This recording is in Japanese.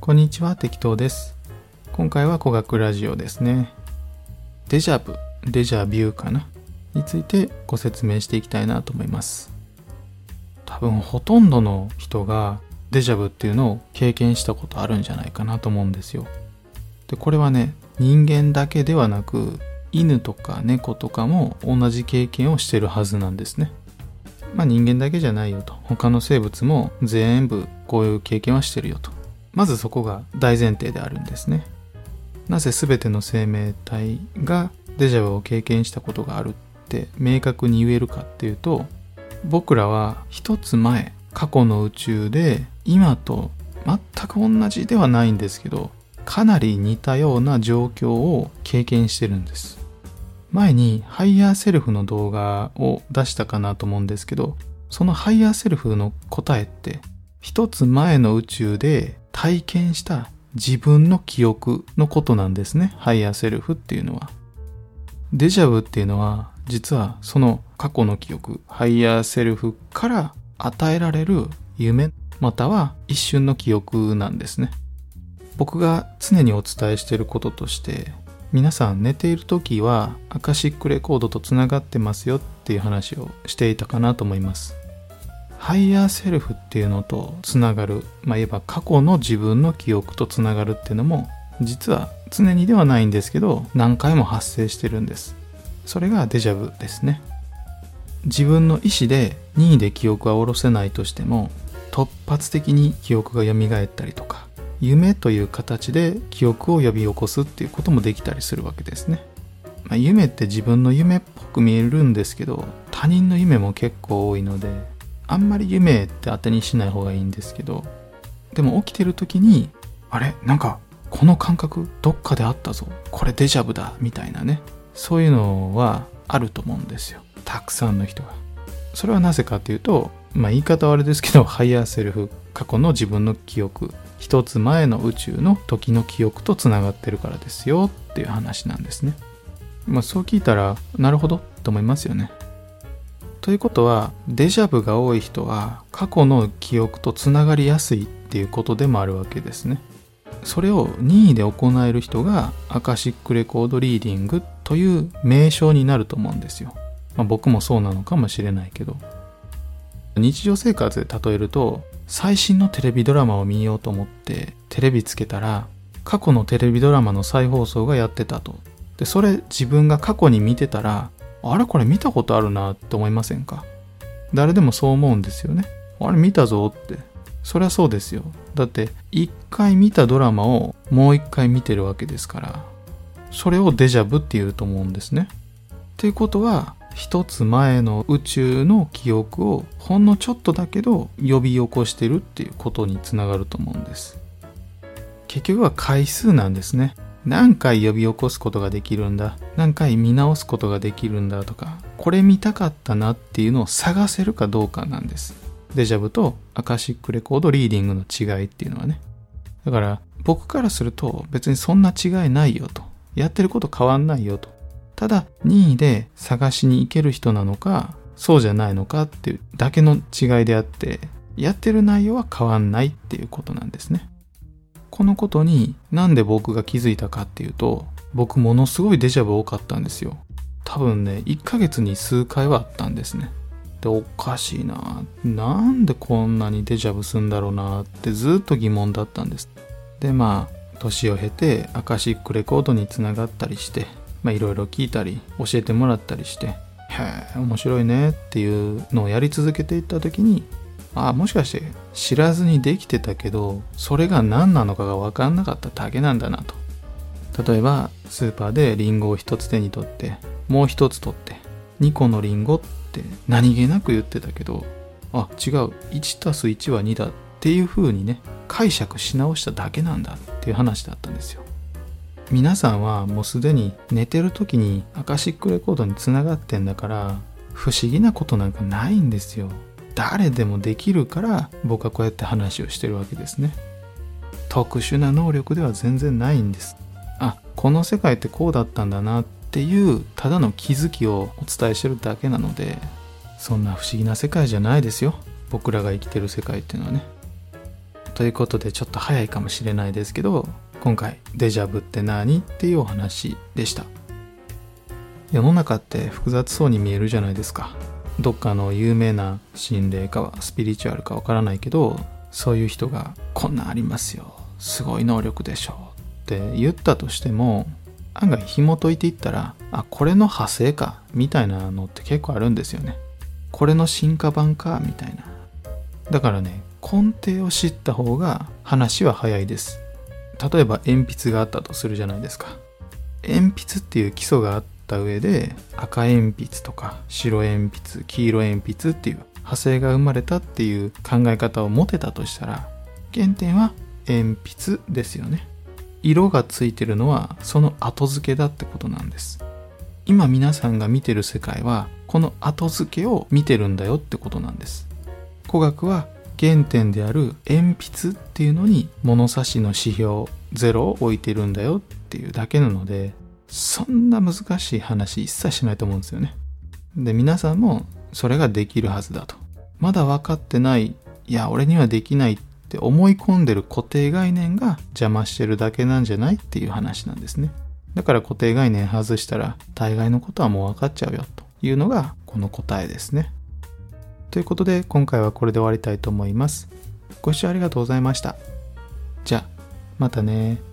こんにちは、適当です。今回は語学ラジオですね。デジャブ、デジャビューかなについてご説明していきたいなと思います。多分ほとんどの人がデジャブっていうのを経験したことあるんじゃないかなと思うんですよ。で、これはね、人間だけではなく、犬とか猫とかも同じ経験をしてるはずなんですね。人間だけじゃないよと。他の生物も全部こういう経験はしてるよと。まずそこが大前提であるんですね。なぜ全ての生命体がデジャブを経験したことがあるって明確に言えるかっていうと、僕らは一つ前、過去の宇宙で今と全く同じではないんですけど、かなり似たような状況を経験してるんです。前にハイヤーセルフの動画を出したかなと思うんですけど、そのハイヤーセルフの答えって一つ前の宇宙で体験した自分の記憶のことなんですね。ハイヤーセルフっていうのは。デジャブっていうのは実はその過去の記憶、ハイヤーセルフから与えられる夢または一瞬の記憶なんですね。僕が常にお伝えしていることとして、皆さん寝ている時はアカシックレコードとつながってますよっていう話をしていたかなと思います。ハイヤーセルフっていうのとつながる、いわば過去の自分の記憶とつながるっていうのも実は常にではないんですけど何回も発生してるんです。それがデジャブですね。自分の意思で任意で記憶は下ろせないとしても突発的に記憶が蘇ったりとか夢という形で記憶を呼び起こすっていうこともできたりするわけですね。夢って自分の夢っぽく見えるんですけど他人の夢も結構多いのであんまり夢って当てにしない方がいいんですけど、でも起きてる時にあれなんかこの感覚どっかであったぞ、これデジャブだみたいなね、そういうのはあると思うんですよ。たくさんの人が。それはなぜかっていうと、言い方はあれですけどハイヤーセルフ、過去の自分の記憶、一つ前の宇宙の時の記憶とつながってるからですよっていう話なんですね。そう聞いたらなるほどと思いますよね。ということはデジャブが多い人は過去の記憶とつながりやすいっていうことでもあるわけですね。それを任意で行える人がアカシックレコードリーディングという名称になると思うんですよ。僕もそうなのかもしれないけど、日常生活で例えると最新のテレビドラマを見ようと思ってテレビつけたら過去のテレビドラマの再放送がやってたと。でそれ自分が過去に見てたらあれこれ見たことあるなって思いませんか？誰でもそう思うんですよね。あれ見たぞって。そりゃそうですよ。だって一回見たドラマをもう一回見てるわけですから、それをデジャブって言うと思うんですね。っていうことは一つ前の宇宙の記憶をほんのちょっとだけど呼び起こしてるっていうことにつながると思うんです。結局は回数なんですね。何回呼び起こすことができるんだ、何回見直すことができるんだとか、これ見たかったなっていうのを探せるかどうかなんです。デジャブとアカシックレコードリーディングの違いっていうのはね。だから僕からすると別にそんな違いないよと、やってること変わんないよと、ただ任意で探しに行ける人なのかそうじゃないのかっていうだけの違いであって、やってる内容は変わんないっていうことなんですね。このことになんで僕が気づいたかっていうと、僕ものすごいデジャブ多かったんですよ。多分ね1ヶ月に数回はあったんですね。でおかしいな、なんでこんなにデジャブするんだろうなってずっと疑問だったんです。で年を経てアカシックレコードにつながったりしていろいろ聞いたり教えてもらったりして、へえ面白いねっていうのをやり続けていった時に、もしかして知らずにできてたけどそれが何なのかが分かんなかっただけなんだなと。例えばスーパーでリンゴを一つ手に取ってもう一つ取って2個のリンゴって何気なく言ってたけど、違う 1+1 は2だっていう風にね解釈し直しただけなんだっていう話だったんですよ。皆さんはもうすでに寝てる時にアカシックレコードにつながってんだから不思議なことなんかないんですよ。誰でもできるから僕はこうやって話をしてるわけですね。特殊な能力では全然ないんです。この世界ってこうだったんだなっていうただの気づきをお伝えしてるだけなので、そんな不思議な世界じゃないですよ、僕らが生きてる世界っていうのはね。 ということでちょっと早いかもしれないですけど、今回デジャブって何っていうお話でした。世の中って複雑そうに見えるじゃないですか。どっかの有名な心霊かはスピリチュアルかわからないけど、そういう人がこんなんありますよ、すごい能力でしょって言ったとしても、案外紐解いていったら、これの派生かみたいなのって結構あるんですよね。これの進化版かみたいな。だからね、根底を知った方が話は早いです。例えば鉛筆があったとするじゃないですか。鉛筆っていう基礎があった上で、赤鉛筆とか白鉛筆、黄色鉛筆っていう派生が生まれたっていう考え方を持てたとしたら、原点は鉛筆ですよね。色がついてるのはその後付けだってことなんです。今皆さんが見てる世界はこの後付けを見てるんだよってことなんです。古学は原点である鉛筆っていうのに物差しの指標0を置いてるんだよっていうだけなので、そんな難しい話一切しないと思うんですよね。で、皆さんもそれができるはずだと。まだ分かってない、いや俺にはできないって思い込んでる固定概念が邪魔してるだけなんじゃないっていう話なんですね。だから固定概念外したら大概のことはもう分かっちゃうよというのがこの答えですね。ということで今回はこれで終わりたいと思います。ご視聴ありがとうございました。じゃあまたね。